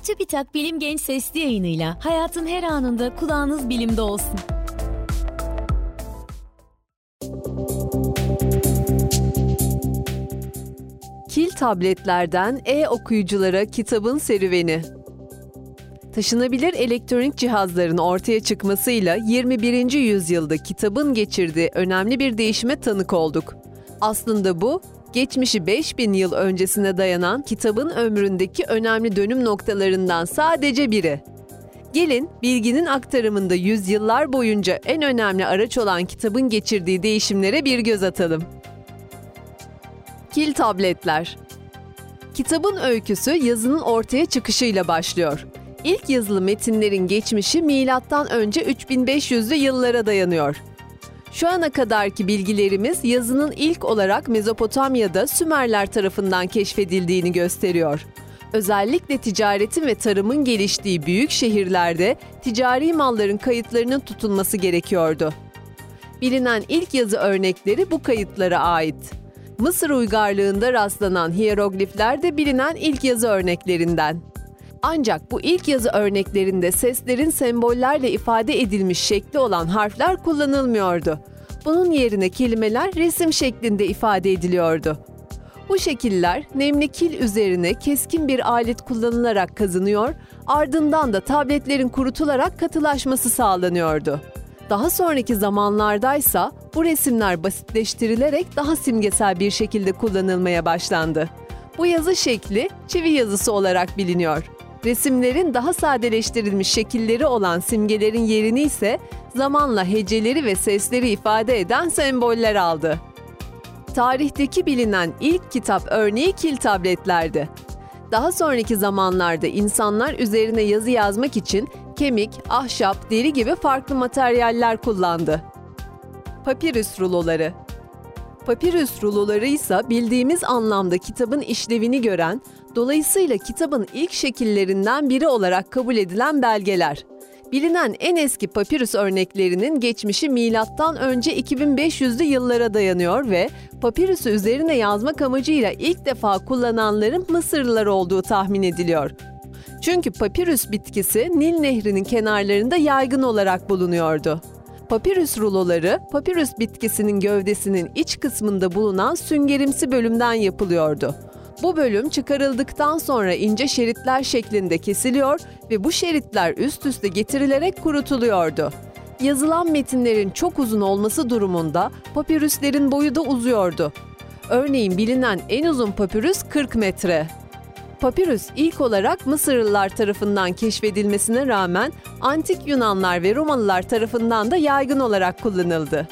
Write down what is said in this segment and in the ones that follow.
TÜBİTAK Bilim Genç Sesli Yayınıyla hayatın her anında kulağınız bilimde olsun. Kil tabletlerden e-okuyuculara kitabın serüveni. Taşınabilir elektronik cihazların ortaya çıkmasıyla 21. yüzyılda kitabın geçirdiği önemli bir değişime tanık olduk. Aslında bu, geçmişi 5000 yıl öncesine dayanan kitabın ömründeki önemli dönüm noktalarından sadece biri. Gelin, bilginin aktarımında yüzyıllar boyunca en önemli araç olan kitabın geçirdiği değişimlere bir göz atalım. Kil tabletler. Kitabın öyküsü yazının ortaya çıkışıyla başlıyor. İlk yazılı metinlerin geçmişi M.Ö. 3500'lü yıllara dayanıyor. Şu ana kadarki bilgilerimiz yazının ilk olarak Mezopotamya'da Sümerler tarafından keşfedildiğini gösteriyor. Özellikle ticaretin ve tarımın geliştiği büyük şehirlerde ticari malların kayıtlarının tutulması gerekiyordu. Bilinen ilk yazı örnekleri bu kayıtlara ait. Mısır uygarlığında rastlanan hiyeroglifler de bilinen ilk yazı örneklerinden. Ancak bu ilk yazı örneklerinde seslerin sembollerle ifade edilmiş şekli olan harfler kullanılmıyordu. Bunun yerine kelimeler resim şeklinde ifade ediliyordu. Bu şekiller nemli kil üzerine keskin bir alet kullanılarak kazınıyor, ardından da tabletlerin kurutularak katılaşması sağlanıyordu. Daha sonraki zamanlardaysa bu resimler basitleştirilerek daha simgesel bir şekilde kullanılmaya başlandı. Bu yazı şekli çivi yazısı olarak biliniyor. Resimlerin daha sadeleştirilmiş şekilleri olan simgelerin yerini ise zamanla heceleri ve sesleri ifade eden semboller aldı. Tarihteki bilinen ilk kitap örneği kil tabletlerdi. Daha sonraki zamanlarda insanlar üzerine yazı yazmak için kemik, ahşap, deri gibi farklı materyaller kullandı. Papirüs ruloları. Papirüs ruloları ise bildiğimiz anlamda kitabın işlevini gören, dolayısıyla kitabın ilk şekillerinden biri olarak kabul edilen belgeler. Bilinen en eski papirüs örneklerinin geçmişi M.Ö. 2500'lü yıllara dayanıyor ve papirüsü üzerine yazmak amacıyla ilk defa kullananların Mısırlılar olduğu tahmin ediliyor. Çünkü papirüs bitkisi Nil Nehri'nin kenarlarında yaygın olarak bulunuyordu. Papirüs ruloları, papirüs bitkisinin gövdesinin iç kısmında bulunan süngerimsi bölümden yapılıyordu. Bu bölüm çıkarıldıktan sonra ince şeritler şeklinde kesiliyor ve bu şeritler üst üste getirilerek kurutuluyordu. Yazılan metinlerin çok uzun olması durumunda papirüslerin boyu da uzuyordu. Örneğin bilinen en uzun papirüs 40 metre. Papirüs ilk olarak Mısırlılar tarafından keşfedilmesine rağmen Antik Yunanlar ve Romalılar tarafından da yaygın olarak kullanıldı.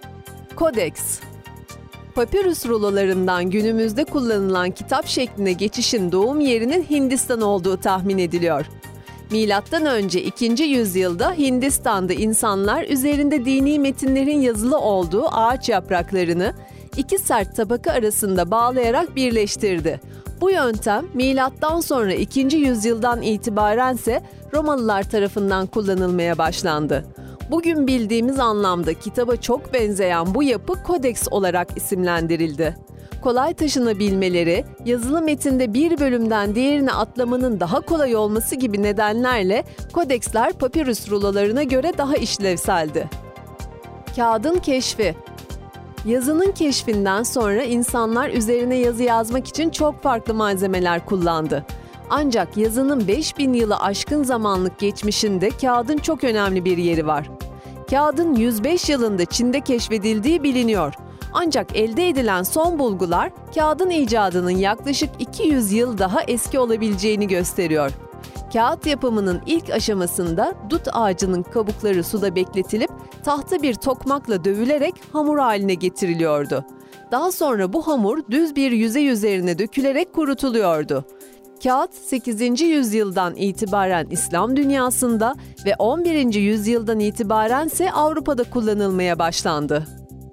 Kodeks. Papirüs rulolarından günümüzde kullanılan kitap şekline geçişin doğum yerinin Hindistan olduğu tahmin ediliyor. Milattan önce 2. yüzyılda Hindistan'da insanlar üzerinde dini metinlerin yazılı olduğu ağaç yapraklarını iki sert tabaka arasında bağlayarak birleştirdi. Bu yöntem milattan sonra 2. yüzyıldan itibarense Romalılar tarafından kullanılmaya başlandı. Bugün bildiğimiz anlamda kitaba çok benzeyen bu yapı kodeks olarak isimlendirildi. Kolay taşınabilmeleri, yazılı metinde bir bölümden diğerine atlamanın daha kolay olması gibi nedenlerle kodeksler papirüs rulolarına göre daha işlevseldi. Kağıdın keşfi. Yazının keşfinden sonra insanlar üzerine yazı yazmak için çok farklı malzemeler kullandı. Ancak yazının 5000 yılı aşkın zamanlık geçmişinde kağıdın çok önemli bir yeri var. Kağıdın 105 yılında Çin'de keşfedildiği biliniyor. Ancak elde edilen son bulgular kağıdın icadının yaklaşık 200 yıl daha eski olabileceğini gösteriyor. Kağıt yapımının ilk aşamasında dut ağacının kabukları suda bekletilip tahta bir tokmakla dövülerek hamur haline getiriliyordu. Daha sonra bu hamur düz bir yüzey üzerine dökülerek kurutuluyordu. Kağıt 8. yüzyıldan itibaren İslam dünyasında ve 11. yüzyıldan itibarense Avrupa'da kullanılmaya başlandı.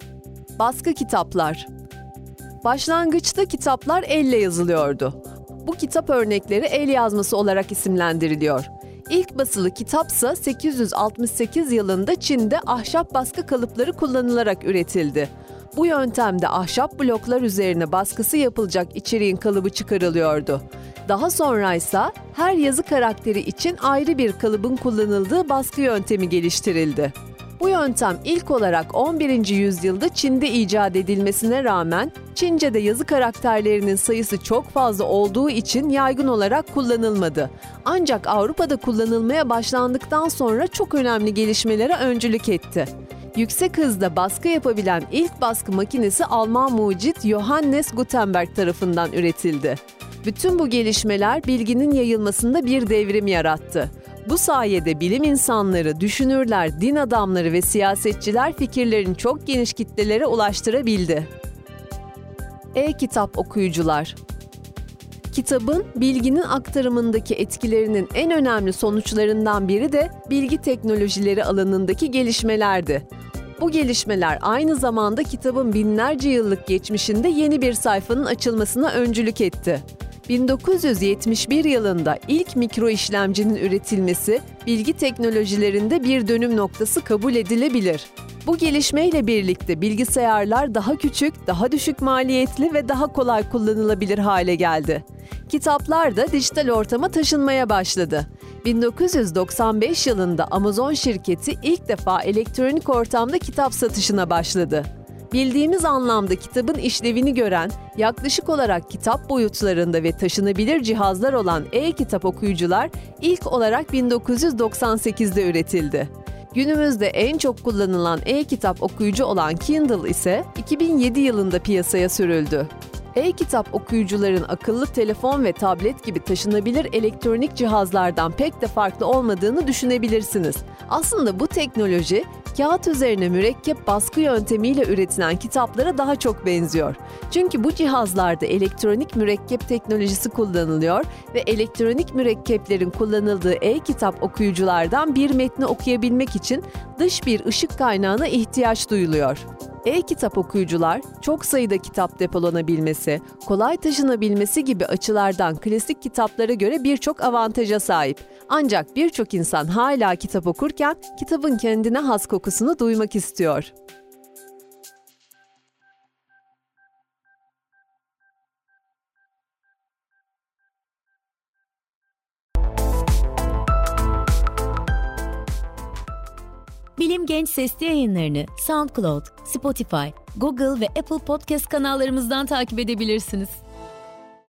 Baskı kitaplar. Başlangıçta kitaplar elle yazılıyordu. Bu kitap örnekleri el yazması olarak isimlendiriliyor. İlk basılı kitapsa 868 yılında Çin'de ahşap baskı kalıpları kullanılarak üretildi. Bu yöntemde ahşap bloklar üzerine baskısı yapılacak içeriğin kalıbı çıkarılıyordu. Daha sonra ise her yazı karakteri için ayrı bir kalıbın kullanıldığı baskı yöntemi geliştirildi. Bu yöntem ilk olarak 11. yüzyılda Çin'de icat edilmesine rağmen Çince'de yazı karakterlerinin sayısı çok fazla olduğu için yaygın olarak kullanılmadı. Ancak Avrupa'da kullanılmaya başlandıktan sonra çok önemli gelişmelere öncülük etti. Yüksek hızda baskı yapabilen ilk baskı makinesi Alman mucit Johannes Gutenberg tarafından üretildi. Bütün bu gelişmeler bilginin yayılmasında bir devrim yarattı. Bu sayede bilim insanları, düşünürler, din adamları ve siyasetçiler fikirlerini çok geniş kitlelere ulaştırabildi. E-kitap okuyucular. Kitabın bilginin aktarımındaki etkilerinin en önemli sonuçlarından biri de bilgi teknolojileri alanındaki gelişmelerdi. Bu gelişmeler aynı zamanda kitabın binlerce yıllık geçmişinde yeni bir sayfanın açılmasına öncülük etti. 1971 yılında ilk mikro işlemcinin üretilmesi bilgi teknolojilerinde bir dönüm noktası kabul edilebilir. Bu gelişmeyle birlikte bilgisayarlar daha küçük, daha düşük maliyetli ve daha kolay kullanılabilir hale geldi. Kitaplar da dijital ortama taşınmaya başladı. 1995 yılında Amazon şirketi ilk defa elektronik ortamda kitap satışına başladı. Bildiğimiz anlamda kitabın işlevini gören, yaklaşık olarak kitap boyutlarında ve taşınabilir cihazlar olan e-kitap okuyucular ilk olarak 1998'de üretildi. Günümüzde en çok kullanılan e-kitap okuyucu olan Kindle ise 2007 yılında piyasaya sürüldü. E-kitap okuyucuların akıllı telefon ve tablet gibi taşınabilir elektronik cihazlardan pek de farklı olmadığını düşünebilirsiniz. Aslında bu teknoloji, kağıt üzerine mürekkep baskı yöntemiyle üretilen kitaplara daha çok benziyor. Çünkü bu cihazlarda elektronik mürekkep teknolojisi kullanılıyor ve elektronik mürekkeplerin kullanıldığı e-kitap okuyuculardan bir metni okuyabilmek için dış bir ışık kaynağına ihtiyaç duyuluyor. E-kitap okuyucular, çok sayıda kitap depolanabilmesi, kolay taşınabilmesi gibi açılardan klasik kitaplara göre birçok avantaja sahip. Ancak birçok insan hala kitap okurken kitabın kendine has kokusunu duymak istiyor. Bilim Genç Sesli yayınlarını SoundCloud, Spotify, Google ve Apple Podcast kanallarımızdan takip edebilirsiniz.